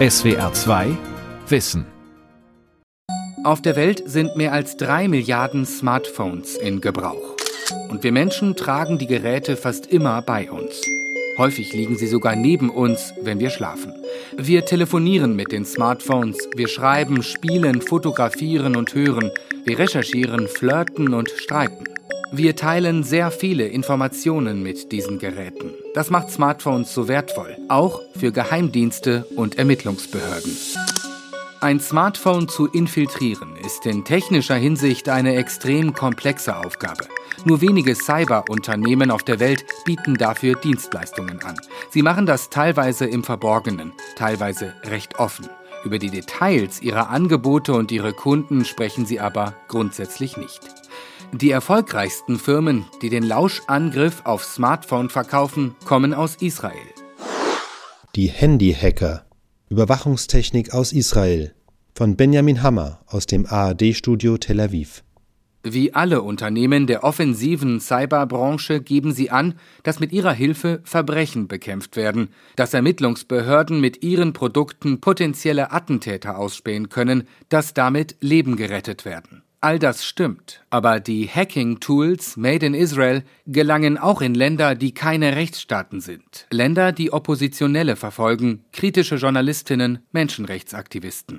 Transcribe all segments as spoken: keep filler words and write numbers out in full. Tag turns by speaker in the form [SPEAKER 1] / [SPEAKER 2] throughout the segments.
[SPEAKER 1] S W R zwei Wissen.
[SPEAKER 2] Auf der Welt sind mehr als drei Milliarden Smartphones in Gebrauch. Und wir Menschen tragen die Geräte fast immer bei uns. Häufig liegen sie sogar neben uns, wenn wir schlafen. Wir telefonieren mit den Smartphones, wir schreiben, spielen, fotografieren und hören. Wir recherchieren, flirten und streiten. Wir teilen sehr viele Informationen mit diesen Geräten. Das macht Smartphones so wertvoll, auch für Geheimdienste und Ermittlungsbehörden. Ein Smartphone zu infiltrieren ist in technischer Hinsicht eine extrem komplexe Aufgabe. Nur wenige Cyberunternehmen auf der Welt bieten dafür Dienstleistungen an. Sie machen das teilweise im Verborgenen, teilweise recht offen. Über die Details ihrer Angebote und ihre Kunden sprechen sie aber grundsätzlich nicht. Die erfolgreichsten Firmen, die den Lauschangriff auf Smartphone verkaufen, kommen aus Israel.
[SPEAKER 3] Die Handy-Hacker. Überwachungstechnik aus Israel. Von Benjamin Hammer aus dem A R D-Studio Tel Aviv.
[SPEAKER 2] Wie alle Unternehmen der offensiven Cyberbranche geben sie an, dass mit ihrer Hilfe Verbrechen bekämpft werden, dass Ermittlungsbehörden mit ihren Produkten potenzielle Attentäter ausspähen können, dass damit Leben gerettet werden. All das stimmt, aber die Hacking-Tools made in Israel gelangen auch in Länder, die keine Rechtsstaaten sind. Länder, die Oppositionelle verfolgen, kritische Journalistinnen, Menschenrechtsaktivisten.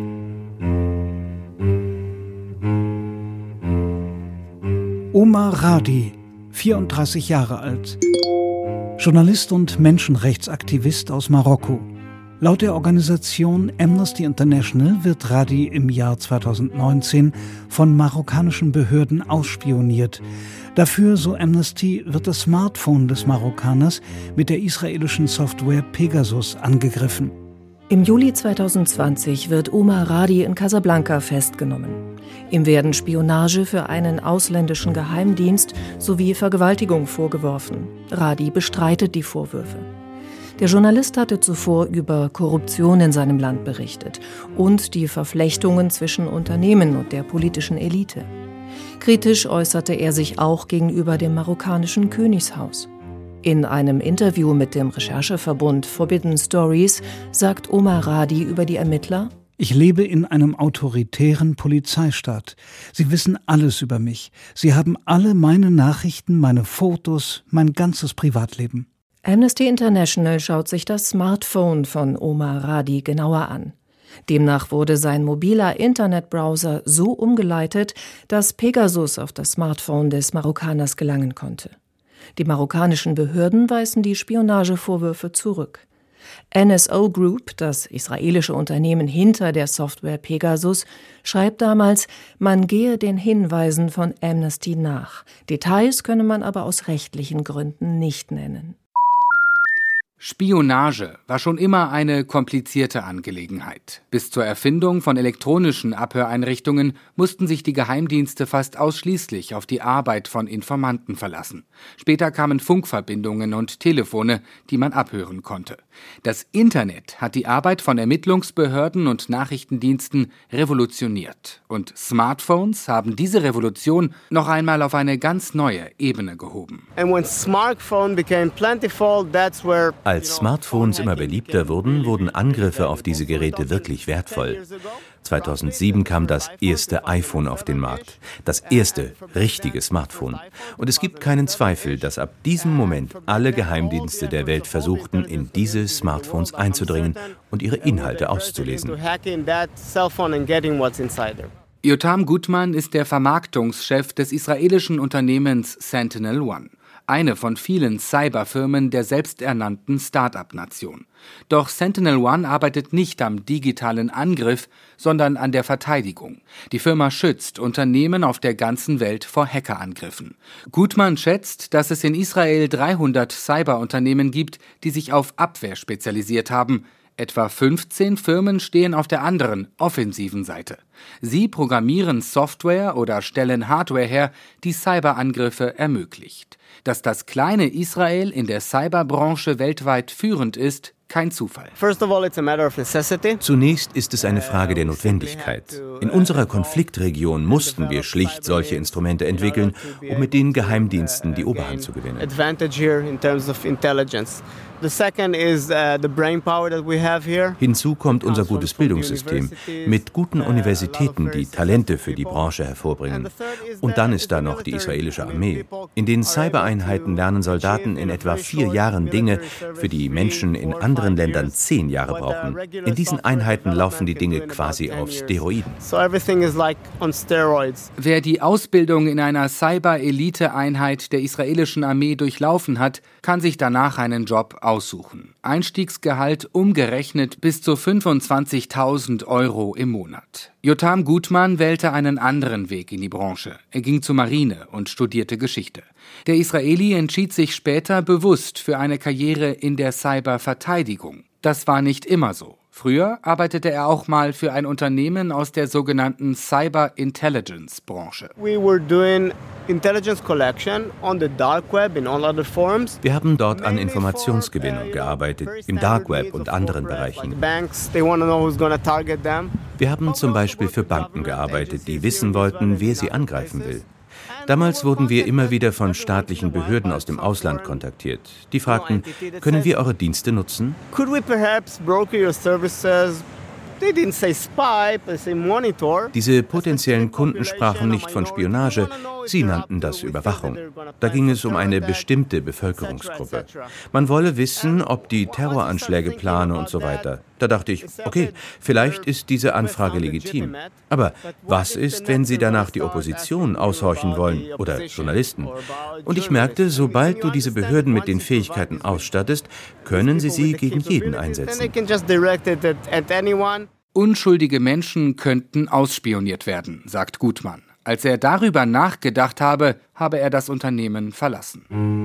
[SPEAKER 4] Omar Radi, vierunddreißig Jahre alt, Journalist und Menschenrechtsaktivist aus Marokko. Laut der Organisation Amnesty International wird Radi im Jahr zweitausendneunzehn von marokkanischen Behörden ausspioniert. Dafür, so Amnesty, wird das Smartphone des Marokkaners mit der israelischen Software Pegasus angegriffen.
[SPEAKER 5] Im Juli zweitausendzwanzig wird Omar Radi in Casablanca festgenommen. Ihm werden Spionage für einen ausländischen Geheimdienst sowie Vergewaltigung vorgeworfen. Radi bestreitet die Vorwürfe. Der Journalist hatte zuvor über Korruption in seinem Land berichtet und die Verflechtungen zwischen Unternehmen und der politischen Elite. Kritisch äußerte er sich auch gegenüber dem marokkanischen Königshaus. In einem Interview mit dem Rechercheverbund Forbidden Stories sagt Omar Radi über die Ermittler:
[SPEAKER 4] Ich lebe in einem autoritären Polizeistaat. Sie wissen alles über mich. Sie haben alle meine Nachrichten, meine Fotos, mein ganzes Privatleben.
[SPEAKER 5] Amnesty International schaut sich das Smartphone von Omar Radi genauer an. Demnach wurde sein mobiler Internetbrowser so umgeleitet, dass Pegasus auf das Smartphone des Marokkaners gelangen konnte. Die marokkanischen Behörden weisen die Spionagevorwürfe zurück. N S O Group, das israelische Unternehmen hinter der Software Pegasus, schreibt damals, man gehe den Hinweisen von Amnesty nach. Details könne man aber aus rechtlichen Gründen nicht nennen.
[SPEAKER 2] Spionage war schon immer eine komplizierte Angelegenheit. Bis zur Erfindung von elektronischen Abhöreinrichtungen mussten sich die Geheimdienste fast ausschließlich auf die Arbeit von Informanten verlassen. Später kamen Funkverbindungen und Telefone, die man abhören konnte. Das Internet hat die Arbeit von Ermittlungsbehörden und Nachrichtendiensten revolutioniert. Und Smartphones haben diese Revolution noch einmal auf eine ganz neue Ebene gehoben.
[SPEAKER 6] And when smartphone became plentiful, that's where
[SPEAKER 7] Als Smartphones immer beliebter wurden, wurden Angriffe auf diese Geräte wirklich wertvoll. zweitausendsieben kam das erste iPhone auf den Markt. Das erste richtige Smartphone. Und es gibt keinen Zweifel, dass ab diesem Moment alle Geheimdienste der Welt versuchten, in diese Smartphones einzudringen und ihre Inhalte auszulesen.
[SPEAKER 2] Yotam Gutman ist der Vermarktungschef des israelischen Unternehmens Sentinel One. Eine von vielen Cyberfirmen der selbsternannten Start-up-Nation. Doch Sentinel One arbeitet nicht am digitalen Angriff, sondern an der Verteidigung. Die Firma schützt Unternehmen auf der ganzen Welt vor Hackerangriffen. Gutmann schätzt, dass es in Israel dreihundert Cyberunternehmen gibt, die sich auf Abwehr spezialisiert haben. Etwa fünfzehn Firmen stehen auf der anderen, offensiven Seite. Sie programmieren Software oder stellen Hardware her, die Cyberangriffe ermöglicht. Dass das kleine Israel in der Cyberbranche weltweit führend ist, kein Zufall.
[SPEAKER 7] Zunächst ist es eine Frage der Notwendigkeit. In unserer Konfliktregion mussten wir schlicht solche Instrumente entwickeln, um mit den Geheimdiensten die Oberhand zu gewinnen. Hinzu kommt unser gutes Bildungssystem mit guten Universitäten, die Talente für die Branche hervorbringen. Und dann ist da noch die israelische Armee. In den Cybereinheiten lernen Soldaten in etwa vier Jahren Dinge, für die Menschen in anderen Ländern zehn Jahre brauchen. In diesen Einheiten laufen die Dinge quasi auf Steroiden.
[SPEAKER 2] Wer die Ausbildung in einer Cyber-Elite-Einheit der israelischen Armee durchlaufen hat, kann sich danach einen Job aussuchen. Einstiegsgehalt umgerechnet bis zu fünfundzwanzigtausend Euro im Monat. Yotam Gutmann wählte einen anderen Weg in die Branche. Er ging zur Marine und studierte Geschichte. Der Israeli entschied sich später bewusst für eine Karriere in der Cyberverteidigung. Das war nicht immer so. Früher arbeitete er auch mal für ein Unternehmen aus der sogenannten Cyber-Intelligence-Branche.
[SPEAKER 7] Wir haben dort an Informationsgewinnung gearbeitet, im Dark Web und anderen Bereichen. Wir haben zum Beispiel für Banken gearbeitet, die wissen wollten, wer sie angreifen will. Damals wurden wir immer wieder von staatlichen Behörden aus dem Ausland kontaktiert. Die fragten, können wir eure Dienste nutzen?
[SPEAKER 6] Could we perhaps broker your services? They didn't say spy, they say monitor.
[SPEAKER 7] Diese potenziellen Kunden sprachen nicht von Spionage, sie nannten das Überwachung. Da ging es um eine bestimmte Bevölkerungsgruppe. Man wolle wissen, ob die Terroranschläge plane und so weiter. Da dachte ich, okay, vielleicht ist diese Anfrage legitim. Aber was ist, wenn Sie danach die Opposition aushorchen wollen oder Journalisten? Und ich merkte, sobald du diese Behörden mit den Fähigkeiten ausstattest, können sie sie gegen jeden einsetzen.
[SPEAKER 2] Unschuldige Menschen könnten ausspioniert werden, sagt Gutmann. Als er darüber nachgedacht habe, habe er das Unternehmen verlassen.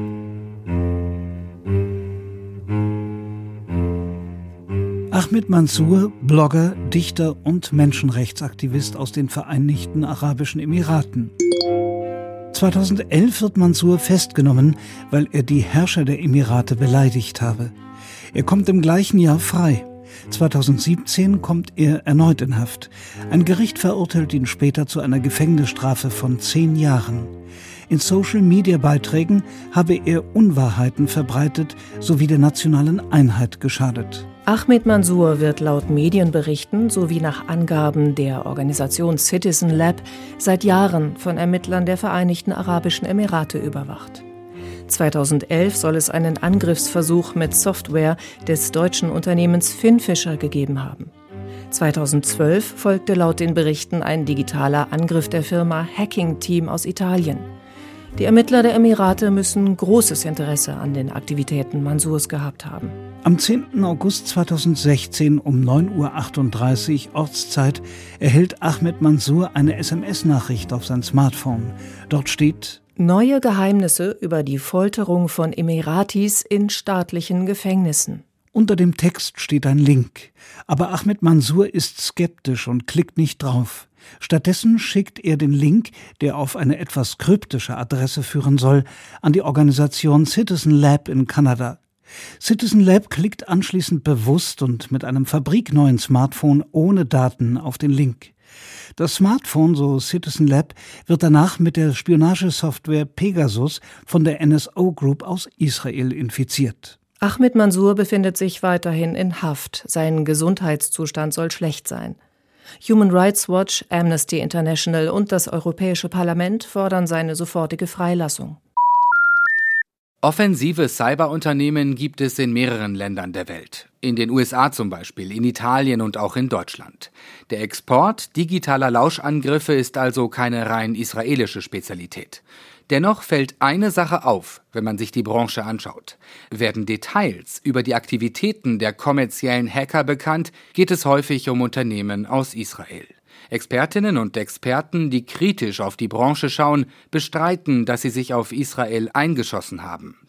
[SPEAKER 4] Ahmed Mansour, Blogger, Dichter und Menschenrechtsaktivist aus den Vereinigten Arabischen Emiraten. zweitausendelf wird Mansour festgenommen, weil er die Herrscher der Emirate beleidigt habe. Er kommt im gleichen Jahr frei. zweitausendsiebzehn kommt er erneut in Haft. Ein Gericht verurteilt ihn später zu einer Gefängnisstrafe von zehn Jahren. In Social-Media-Beiträgen habe er Unwahrheiten verbreitet sowie der nationalen Einheit geschadet.
[SPEAKER 5] Ahmed Mansour wird laut Medienberichten sowie nach Angaben der Organisation Citizen Lab seit Jahren von Ermittlern der Vereinigten Arabischen Emirate überwacht. zweitausendelf soll es einen Angriffsversuch mit Software des deutschen Unternehmens Finfisher gegeben haben. zweitausendzwölf folgte laut den Berichten ein digitaler Angriff der Firma Hacking Team aus Italien. Die Ermittler der Emirate müssen großes Interesse an den Aktivitäten Mansours gehabt haben.
[SPEAKER 4] Am zehnten August zweitausendsechzehn um neun Uhr achtunddreißig Ortszeit erhält Ahmed Mansour eine S M S-Nachricht auf sein Smartphone. Dort steht:
[SPEAKER 5] Neue Geheimnisse über die Folterung von Emiratis in staatlichen Gefängnissen.
[SPEAKER 4] Unter dem Text steht ein Link. Aber Ahmed Mansour ist skeptisch und klickt nicht drauf. Stattdessen schickt er den Link, der auf eine etwas kryptische Adresse führen soll, an die Organisation Citizen Lab in Kanada. Citizen Lab klickt anschließend bewusst und mit einem fabrikneuen Smartphone ohne Daten auf den Link. Das Smartphone, so Citizen Lab, wird danach mit der Spionagesoftware Pegasus von der N S O Group aus Israel infiziert.
[SPEAKER 5] Ahmed Mansour befindet sich weiterhin in Haft. Sein Gesundheitszustand soll schlecht sein. Human Rights Watch, Amnesty International und das Europäische Parlament fordern seine sofortige Freilassung.
[SPEAKER 2] Offensive Cyberunternehmen gibt es in mehreren Ländern der Welt. In den U S A zum Beispiel, in Italien und auch in Deutschland. Der Export digitaler Lauschangriffe ist also keine rein israelische Spezialität. Dennoch fällt eine Sache auf, wenn man sich die Branche anschaut. Werden Details über die Aktivitäten der kommerziellen Hacker bekannt, geht es häufig um Unternehmen aus Israel. Expertinnen und Experten, die kritisch auf die Branche schauen, bestreiten, dass sie sich auf Israel eingeschossen haben.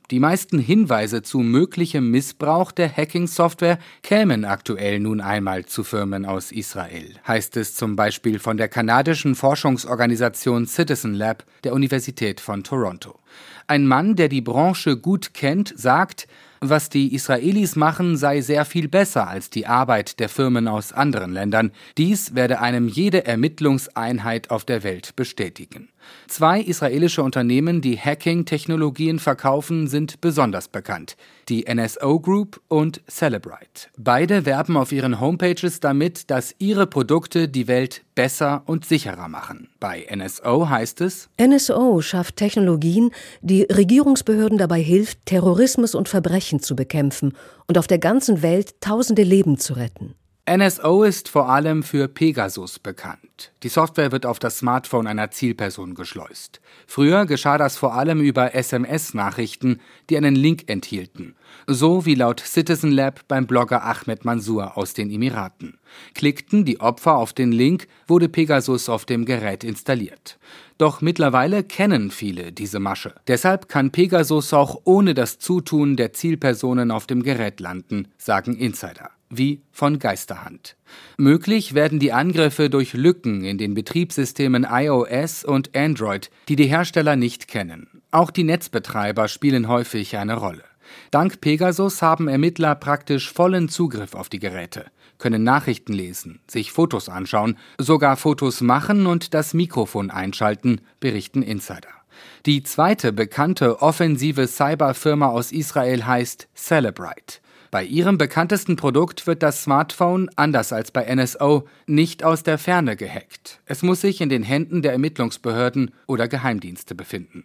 [SPEAKER 2] Die meisten Hinweise zu möglichem Missbrauch der Hacking-Software kämen aktuell nun einmal zu Firmen aus Israel, heißt es zum Beispiel von der kanadischen Forschungsorganisation Citizen Lab der Universität von Toronto. Ein Mann, der die Branche gut kennt, sagt, was die Israelis machen, sei sehr viel besser als die Arbeit der Firmen aus anderen Ländern. Dies werde einem jede Ermittlungseinheit auf der Welt bestätigen. Zwei israelische Unternehmen, die Hacking-Technologien verkaufen, sind besonders bekannt: die N S O Group und Cellebrite. Beide werben auf ihren Homepages damit, dass ihre Produkte die Welt besser und sicherer machen. Bei N S O heißt es:
[SPEAKER 5] N S O schafft Technologien, die Regierungsbehörden dabei hilft, Terrorismus und Verbrechen zu bekämpfen und auf der ganzen Welt tausende Leben zu retten.
[SPEAKER 2] N S O ist vor allem für Pegasus bekannt. Die Software wird auf das Smartphone einer Zielperson geschleust. Früher geschah das vor allem über S M S-Nachrichten, die einen Link enthielten. So wie laut Citizen Lab beim Blogger Ahmed Mansour aus den Emiraten. Klickten die Opfer auf den Link, wurde Pegasus auf dem Gerät installiert. Doch mittlerweile kennen viele diese Masche. Deshalb kann Pegasus auch ohne das Zutun der Zielpersonen auf dem Gerät landen, sagen Insider. Wie von Geisterhand. Möglich werden die Angriffe durch Lücken in den Betriebssystemen iOS und Android, die die Hersteller nicht kennen. Auch die Netzbetreiber spielen häufig eine Rolle. Dank Pegasus haben Ermittler praktisch vollen Zugriff auf die Geräte, können Nachrichten lesen, sich Fotos anschauen, sogar Fotos machen und das Mikrofon einschalten, berichten Insider. Die zweite bekannte offensive Cyberfirma aus Israel heißt Cellebrite. Bei ihrem bekanntesten Produkt wird das Smartphone, anders als bei N S O, nicht aus der Ferne gehackt. Es muss sich in den Händen der Ermittlungsbehörden oder Geheimdienste befinden.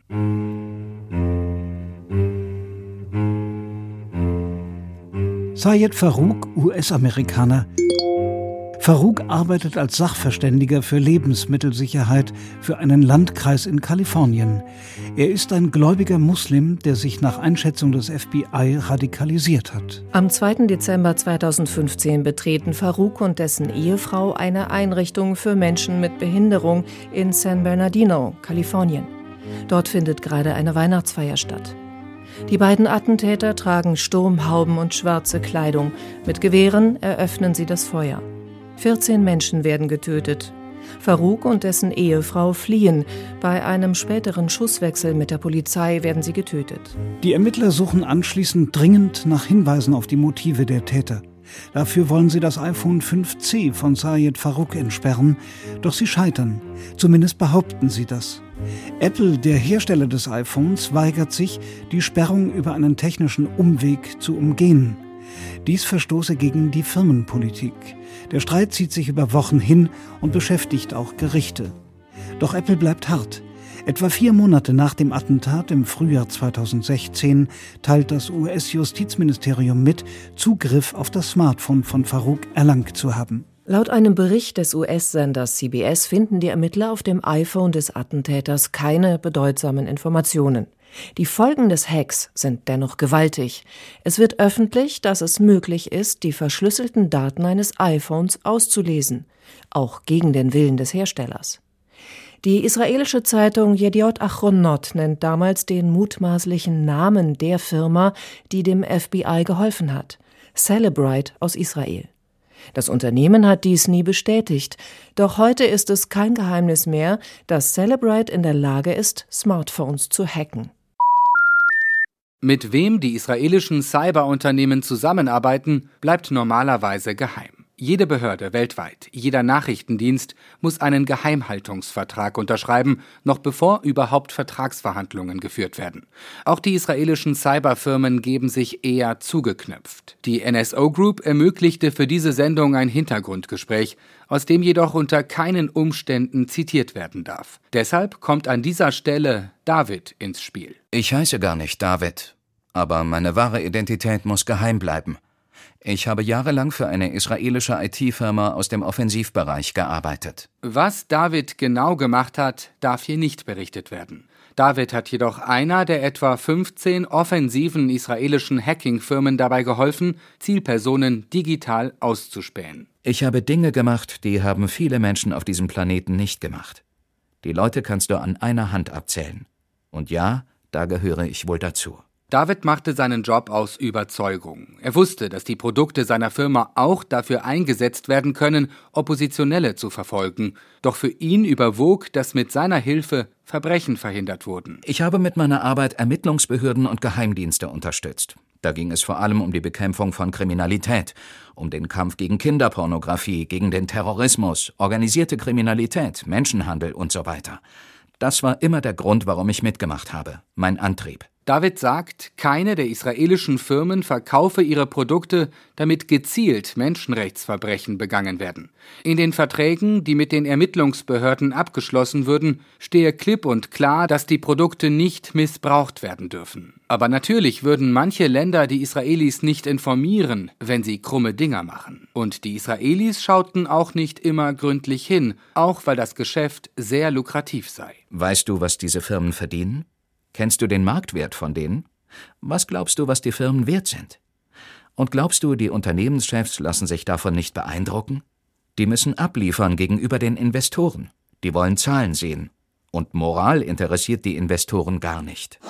[SPEAKER 4] Syed Farouk, U S-Amerikaner. Farouk arbeitet als Sachverständiger für Lebensmittelsicherheit für einen Landkreis in Kalifornien. Er ist ein gläubiger Muslim, der sich nach Einschätzung des F B I radikalisiert hat.
[SPEAKER 5] Am zweiten Dezember zweitausendfünfzehn betreten Farouk und dessen Ehefrau eine Einrichtung für Menschen mit Behinderung in San Bernardino, Kalifornien. Dort findet gerade eine Weihnachtsfeier statt. Die beiden Attentäter tragen Sturmhauben und schwarze Kleidung. Mit Gewehren eröffnen sie das Feuer. vierzehn Menschen werden getötet. Farouk und dessen Ehefrau fliehen. Bei einem späteren Schusswechsel mit der Polizei werden sie getötet.
[SPEAKER 4] Die Ermittler suchen anschließend dringend nach Hinweisen auf die Motive der Täter. Dafür wollen sie das iPhone fünf C von Syed Farouk entsperren, doch sie scheitern. Zumindest behaupten sie das. Apple, der Hersteller des iPhones, weigert sich, die Sperrung über einen technischen Umweg zu umgehen. Dies verstoße gegen die Firmenpolitik. Der Streit zieht sich über Wochen hin und beschäftigt auch Gerichte. Doch Apple bleibt hart. Etwa vier Monate nach dem Attentat im Frühjahr zweitausendsechzehn teilt das U S-Justizministerium mit, Zugriff auf das Smartphone von Farouk erlangt zu haben.
[SPEAKER 5] Laut einem Bericht des U S-Senders C B S finden die Ermittler auf dem iPhone des Attentäters keine bedeutsamen Informationen. Die Folgen des Hacks sind dennoch gewaltig. Es wird öffentlich, dass es möglich ist, die verschlüsselten Daten eines iPhones auszulesen, auch gegen den Willen des Herstellers. Die israelische Zeitung Yediot Achronot nennt damals den mutmaßlichen Namen der Firma, die dem F B I geholfen hat: Cellebrite aus Israel. Das Unternehmen hat dies nie bestätigt, doch heute ist es kein Geheimnis mehr, dass Cellebrite in der Lage ist, Smartphones zu hacken.
[SPEAKER 2] Mit wem die israelischen Cyberunternehmen zusammenarbeiten, bleibt normalerweise geheim. Jede Behörde weltweit, jeder Nachrichtendienst muss einen Geheimhaltungsvertrag unterschreiben, noch bevor überhaupt Vertragsverhandlungen geführt werden. Auch die israelischen Cyberfirmen geben sich eher zugeknöpft. Die N S O Group ermöglichte für diese Sendung ein Hintergrundgespräch, aus dem jedoch unter keinen Umständen zitiert werden darf. Deshalb kommt an dieser Stelle David ins Spiel.
[SPEAKER 8] Ich heiße gar nicht David, aber meine wahre Identität muss geheim bleiben. Ich habe jahrelang für eine israelische I T-Firma aus dem Offensivbereich gearbeitet.
[SPEAKER 2] Was David genau gemacht hat, darf hier nicht berichtet werden. David hat jedoch einer der etwa fünfzehn offensiven israelischen Hacking-Firmen dabei geholfen, Zielpersonen digital auszuspähen.
[SPEAKER 8] Ich habe Dinge gemacht, die haben viele Menschen auf diesem Planeten nicht gemacht. Die Leute kannst du an einer Hand abzählen. Und ja, da gehöre ich wohl dazu.
[SPEAKER 2] David machte seinen Job aus Überzeugung. Er wusste, dass die Produkte seiner Firma auch dafür eingesetzt werden können, Oppositionelle zu verfolgen. Doch für ihn überwog, dass mit seiner Hilfe Verbrechen verhindert wurden.
[SPEAKER 8] Ich habe mit meiner Arbeit Ermittlungsbehörden und Geheimdienste unterstützt. Da ging es vor allem um die Bekämpfung von Kriminalität, um den Kampf gegen Kinderpornografie, gegen den Terrorismus, organisierte Kriminalität, Menschenhandel und so weiter. Das war immer der Grund, warum ich mitgemacht habe, mein Antrieb.
[SPEAKER 2] David sagt, keine der israelischen Firmen verkaufe ihre Produkte, damit gezielt Menschenrechtsverbrechen begangen werden. In den Verträgen, die mit den Ermittlungsbehörden abgeschlossen würden, stehe klipp und klar, dass die Produkte nicht missbraucht werden dürfen. Aber natürlich würden manche Länder die Israelis nicht informieren, wenn sie krumme Dinger machen. Und die Israelis schauten auch nicht immer gründlich hin, auch weil das Geschäft sehr lukrativ sei.
[SPEAKER 8] Weißt du, was diese Firmen verdienen? Kennst du den Marktwert von denen? Was glaubst du, was die Firmen wert sind? Und glaubst du, die Unternehmenschefs lassen sich davon nicht beeindrucken? Die müssen abliefern gegenüber den Investoren. Die wollen Zahlen sehen. Und Moral interessiert die Investoren gar nicht.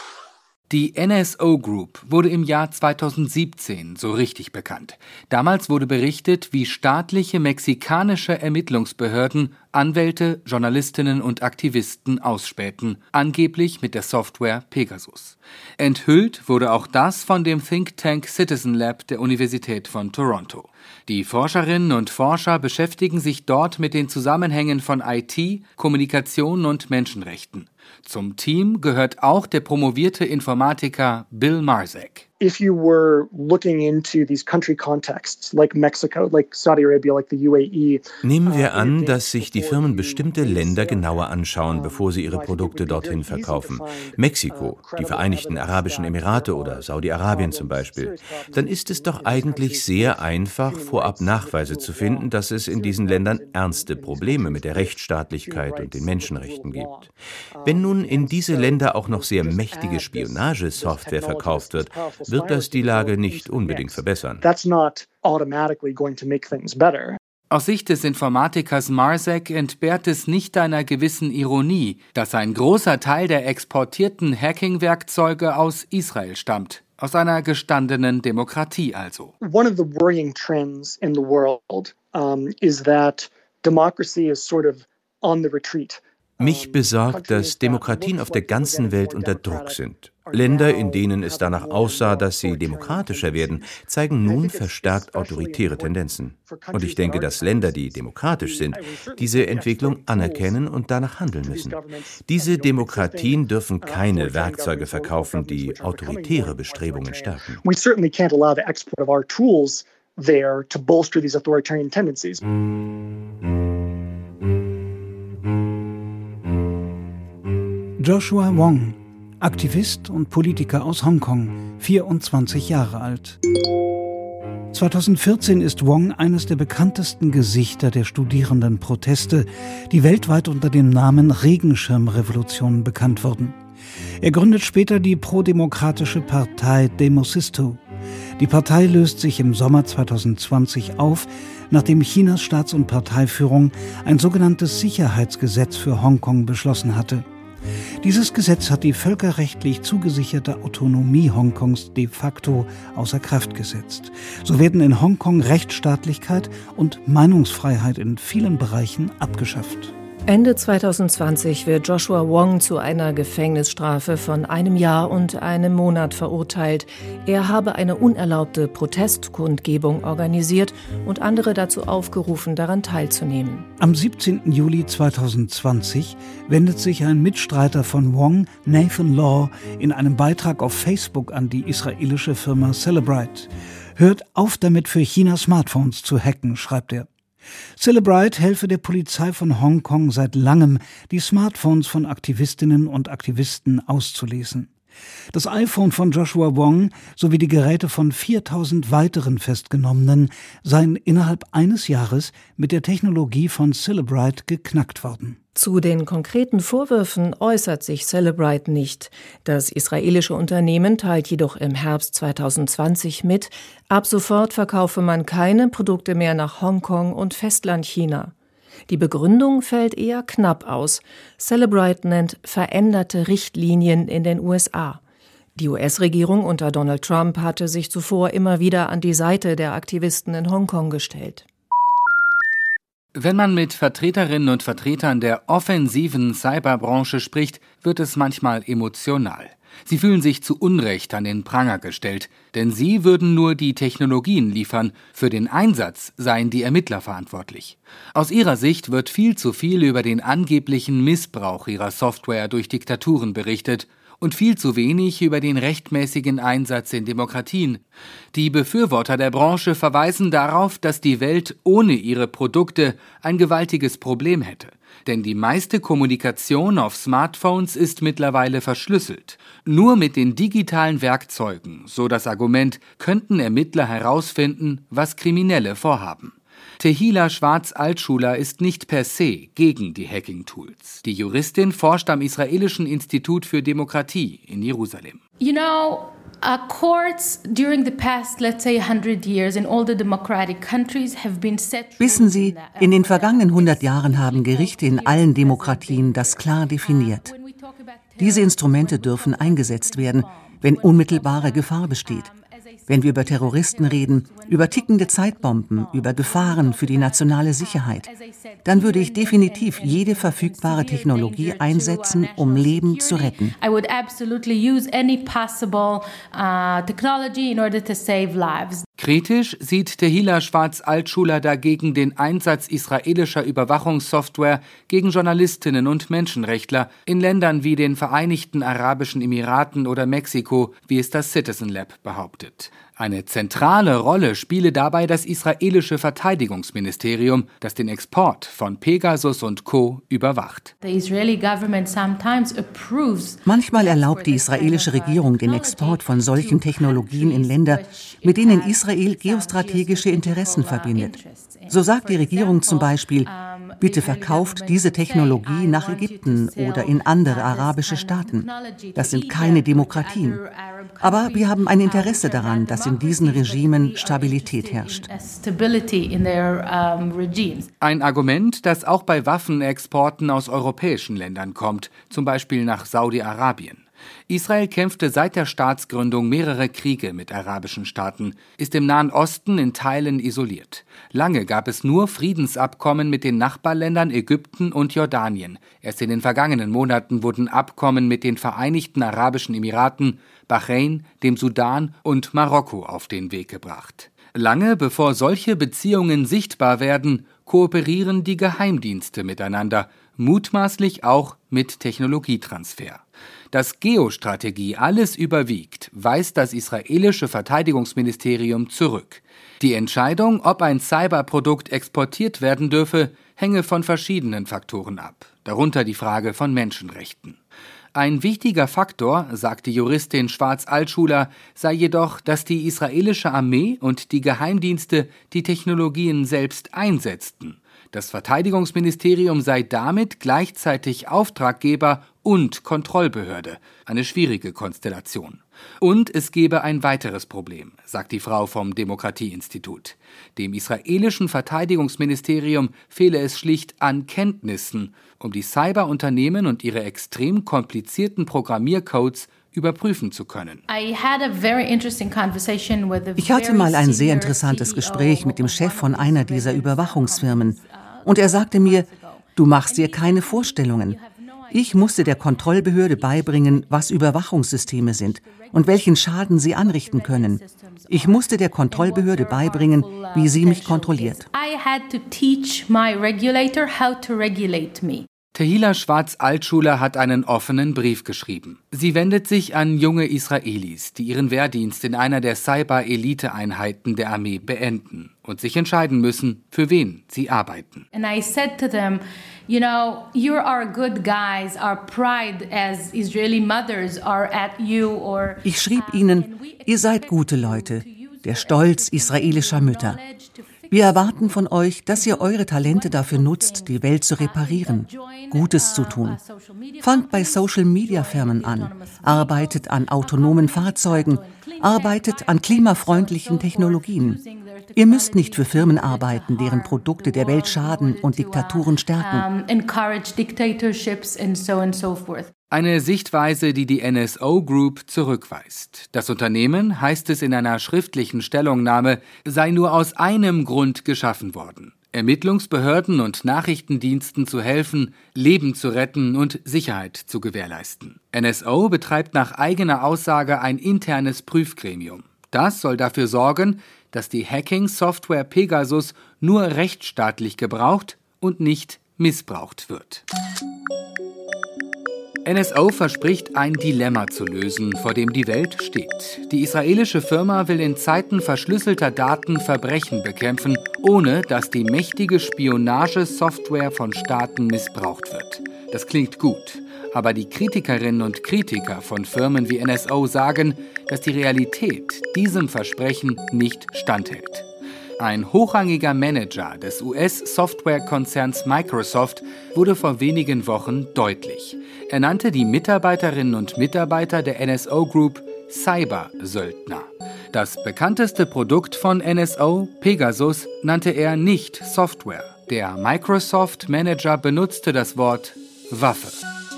[SPEAKER 2] Die N S O Group wurde im Jahr zweitausendsiebzehn so richtig bekannt. Damals wurde berichtet, wie staatliche mexikanische Ermittlungsbehörden Anwälte, Journalistinnen und Aktivisten ausspähten, angeblich mit der Software Pegasus. Enthüllt wurde auch das von dem Think Tank Citizen Lab der Universität von Toronto. Die Forscherinnen und Forscher beschäftigen sich dort mit den Zusammenhängen von I T, Kommunikation und Menschenrechten. Zum Team gehört auch der promovierte Informatiker Bill Marzek.
[SPEAKER 9] If you were looking into these country contexts like Mexico, like Saudi Arabia, like the U A E.
[SPEAKER 7] Nehmen wir an, dass sich die Firmen bestimmte Länder genauer anschauen, bevor sie ihre Produkte dorthin verkaufen. Mexiko, die Vereinigten Arabischen Emirate oder Saudi-Arabien zum Beispiel. Dann ist es doch eigentlich sehr einfach, vorab Nachweise zu finden, dass es in diesen Ländern ernste Probleme mit der Rechtsstaatlichkeit und den Menschenrechten gibt. Wenn nun in diese Länder auch noch sehr mächtige Spionagesoftware verkauft wird, wird das die Lage nicht unbedingt verbessern.
[SPEAKER 2] Aus Sicht des Informatikers Marzek entbehrt es nicht einer gewissen Ironie, dass ein großer Teil der exportierten Hacking-Werkzeuge aus Israel stammt. Aus einer gestandenen Demokratie also.
[SPEAKER 9] One of the worrying trends in the world um, is that democracy is sort of on the retreat.
[SPEAKER 7] Mich besorgt, dass Demokratien auf der ganzen Welt unter Druck sind. Länder, in denen es danach aussah, dass sie demokratischer werden, zeigen nun verstärkt autoritäre Tendenzen. Und ich denke, dass Länder, die demokratisch sind, diese Entwicklung anerkennen und danach handeln müssen. Diese Demokratien dürfen keine Werkzeuge verkaufen, die autoritäre Bestrebungen stärken.
[SPEAKER 9] We certainly can't allow the export of our tools there to bolster these authoritarian tendencies.
[SPEAKER 4] Joshua Wong, Aktivist und Politiker aus Hongkong, vierundzwanzig Jahre alt. zweitausendvierzehn ist Wong eines der bekanntesten Gesichter der Studierendenproteste, die weltweit unter dem Namen Regenschirmrevolution bekannt wurden. Er gründet später die prodemokratische Partei Demosisto. Die Partei löst sich im Sommer zweitausendzwanzig auf, nachdem Chinas Staats- und Parteiführung ein sogenanntes Sicherheitsgesetz für Hongkong beschlossen hatte. Dieses Gesetz hat die völkerrechtlich zugesicherte Autonomie Hongkongs de facto außer Kraft gesetzt. So werden in Hongkong Rechtsstaatlichkeit und Meinungsfreiheit in vielen Bereichen abgeschafft.
[SPEAKER 5] Ende zweitausendzwanzig wird Joshua Wong zu einer Gefängnisstrafe von einem Jahr und einem Monat verurteilt. Er habe eine unerlaubte Protestkundgebung organisiert und andere dazu aufgerufen, daran teilzunehmen.
[SPEAKER 4] Am siebzehnten Juli zweitausendzwanzig wendet sich ein Mitstreiter von Wong, Nathan Law, in einem Beitrag auf Facebook an die israelische Firma Cellebrite. Hört auf damit, für China Smartphones zu hacken, schreibt er. Cellebrite helfe der Polizei von Hongkong seit langem, die Smartphones von Aktivistinnen und Aktivisten auszulesen. Das iPhone von Joshua Wong sowie die Geräte von viertausend weiteren Festgenommenen seien innerhalb eines Jahres mit der Technologie von Cellebrite geknackt worden.
[SPEAKER 5] Zu den konkreten Vorwürfen äußert sich Cellebrite nicht. Das israelische Unternehmen teilt jedoch im Herbst zweitausendzwanzig mit, ab sofort verkaufe man keine Produkte mehr nach Hongkong und Festlandchina. Die Begründung fällt eher knapp aus. Cellebrite nennt veränderte Richtlinien in den U S A. Die U S-Regierung unter Donald Trump hatte sich zuvor immer wieder an die Seite der Aktivisten in Hongkong gestellt.
[SPEAKER 2] Wenn man mit Vertreterinnen und Vertretern der offensiven Cyberbranche spricht, wird es manchmal emotional. Sie fühlen sich zu Unrecht an den Pranger gestellt, denn sie würden nur die Technologien liefern, für den Einsatz seien die Ermittler verantwortlich. Aus ihrer Sicht wird viel zu viel über den angeblichen Missbrauch ihrer Software durch Diktaturen berichtet und viel zu wenig über den rechtmäßigen Einsatz in Demokratien. Die Befürworter der Branche verweisen darauf, dass die Welt ohne ihre Produkte ein gewaltiges Problem hätte. Denn die meiste Kommunikation auf Smartphones ist mittlerweile verschlüsselt. Nur mit den digitalen Werkzeugen, so das Argument, könnten Ermittler herausfinden, was Kriminelle vorhaben. Tehila Schwarz-Altschuler ist nicht per se gegen die Hacking-Tools. Die Juristin forscht am Israelischen Institut für Demokratie in Jerusalem.
[SPEAKER 10] You know, uh, courts during the past, let's say, one hundred years in all the democratic countries have been set.
[SPEAKER 11] Wissen Sie, in den vergangenen hundert Jahren haben Gerichte in allen Demokratien das klar definiert. Diese Instrumente dürfen eingesetzt werden, wenn unmittelbare Gefahr besteht. Wenn wir über Terroristen reden, über tickende Zeitbomben, über Gefahren für die nationale Sicherheit, dann würde ich definitiv jede verfügbare Technologie einsetzen, um Leben zu retten.
[SPEAKER 10] I would absolutely use any possible uh, technology in order to save lives.
[SPEAKER 2] Kritisch sieht Tehila Schwarz-Altschuler dagegen den Einsatz israelischer Überwachungssoftware gegen Journalistinnen und Menschenrechtler in Ländern wie den Vereinigten Arabischen Emiraten oder Mexiko, wie es das Citizen Lab behauptet. Eine zentrale Rolle spiele dabei das israelische Verteidigungsministerium, das den Export von Pegasus und Co. überwacht.
[SPEAKER 11] Manchmal erlaubt die israelische Regierung den Export von solchen Technologien in Länder, mit denen Israel geostrategische Interessen verbindet. So sagt die Regierung zum Beispiel, bitte verkauft diese Technologie nach Ägypten oder in andere arabische Staaten. Das sind keine Demokratien. Aber wir haben ein Interesse daran, dass in diesen Regimen Stabilität herrscht.
[SPEAKER 2] Ein Argument, das auch bei Waffenexporten aus europäischen Ländern kommt, zum Beispiel nach Saudi-Arabien. Israel kämpfte seit der Staatsgründung mehrere Kriege mit arabischen Staaten, ist im Nahen Osten in Teilen isoliert. Lange gab es nur Friedensabkommen mit den Nachbarländern Ägypten und Jordanien. Erst in den vergangenen Monaten wurden Abkommen mit den Vereinigten Arabischen Emiraten, Bahrain, dem Sudan und Marokko auf den Weg gebracht. Lange bevor solche Beziehungen sichtbar werden, kooperieren die Geheimdienste miteinander, mutmaßlich auch mit Technologietransfer. Dass Geostrategie alles überwiegt, weist das israelische Verteidigungsministerium zurück. Die Entscheidung, ob ein Cyberprodukt exportiert werden dürfe, hänge von verschiedenen Faktoren ab, darunter die Frage von Menschenrechten. Ein wichtiger Faktor, sagt die Juristin Schwarz-Altschuler, sei jedoch, dass die israelische Armee und die Geheimdienste die Technologien selbst einsetzten. Das Verteidigungsministerium sei damit gleichzeitig Auftraggeber und Kontrollbehörde, eine schwierige Konstellation. Und es gebe ein weiteres Problem, sagt die Frau vom Demokratieinstitut. Dem israelischen Verteidigungsministerium fehle es schlicht an Kenntnissen, um die Cyberunternehmen und ihre extrem komplizierten Programmiercodes überprüfen zu können.
[SPEAKER 11] Ich hatte mal ein sehr interessantes Gespräch mit dem Chef von einer dieser Überwachungsfirmen. Und er sagte mir, du machst dir keine Vorstellungen. Ich musste der Kontrollbehörde beibringen, was Überwachungssysteme sind und welchen Schaden sie anrichten können. Ich musste der Kontrollbehörde beibringen, wie sie mich kontrolliert.
[SPEAKER 2] Tehila Schwarz-Altschuler hat einen offenen Brief geschrieben. Sie wendet sich an junge Israelis, die ihren Wehrdienst in einer der Cyber-Elite-Einheiten der Armee beenden und sich entscheiden müssen, für wen sie arbeiten.
[SPEAKER 10] And I said to them, you know, you're our good guys. Our pride as Israeli mothers are at you. Or
[SPEAKER 11] ich schrieb ihnen, ihr seid gute Leute, der Stolz israelischer Mütter. Wir erwarten von euch, dass ihr eure Talente dafür nutzt, die Welt zu reparieren, Gutes zu tun. Fangt bei Social-Media-Firmen an, arbeitet an autonomen Fahrzeugen, arbeitet an klimafreundlichen Technologien. Ihr müsst nicht für Firmen arbeiten, deren Produkte der Welt schaden und Diktaturen stärken.
[SPEAKER 2] Eine Sichtweise, die die N S O Group zurückweist. Das Unternehmen, heißt es in einer schriftlichen Stellungnahme, sei nur aus einem Grund geschaffen worden: Ermittlungsbehörden und Nachrichtendiensten zu helfen, Leben zu retten und Sicherheit zu gewährleisten. N S O betreibt nach eigener Aussage ein internes Prüfgremium. Das soll dafür sorgen, dass die Hacking-Software Pegasus nur rechtsstaatlich gebraucht und nicht missbraucht wird. N S O verspricht, ein Dilemma zu lösen, vor dem die Welt steht. Die israelische Firma will in Zeiten verschlüsselter Daten Verbrechen bekämpfen, ohne dass die mächtige Spionagesoftware von Staaten missbraucht wird. Das klingt gut, aber die Kritikerinnen und Kritiker von Firmen wie N S O sagen, dass die Realität diesem Versprechen nicht standhält. Ein hochrangiger Manager des U S-Softwarekonzerns Microsoft wurde vor wenigen Wochen deutlich. Er nannte die Mitarbeiterinnen und Mitarbeiter der N S O Group Cybersöldner. Das bekannteste Produkt von N S O, Pegasus, nannte er nicht Software. Der Microsoft-Manager benutzte das Wort Waffe.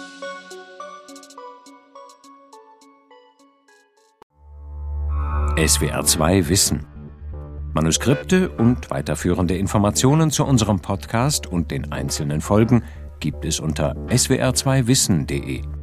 [SPEAKER 1] S W R zwei Wissen. Manuskripte und weiterführende Informationen zu unserem Podcast und den einzelnen Folgen gibt es unter s w r zwei wissen punkt d e.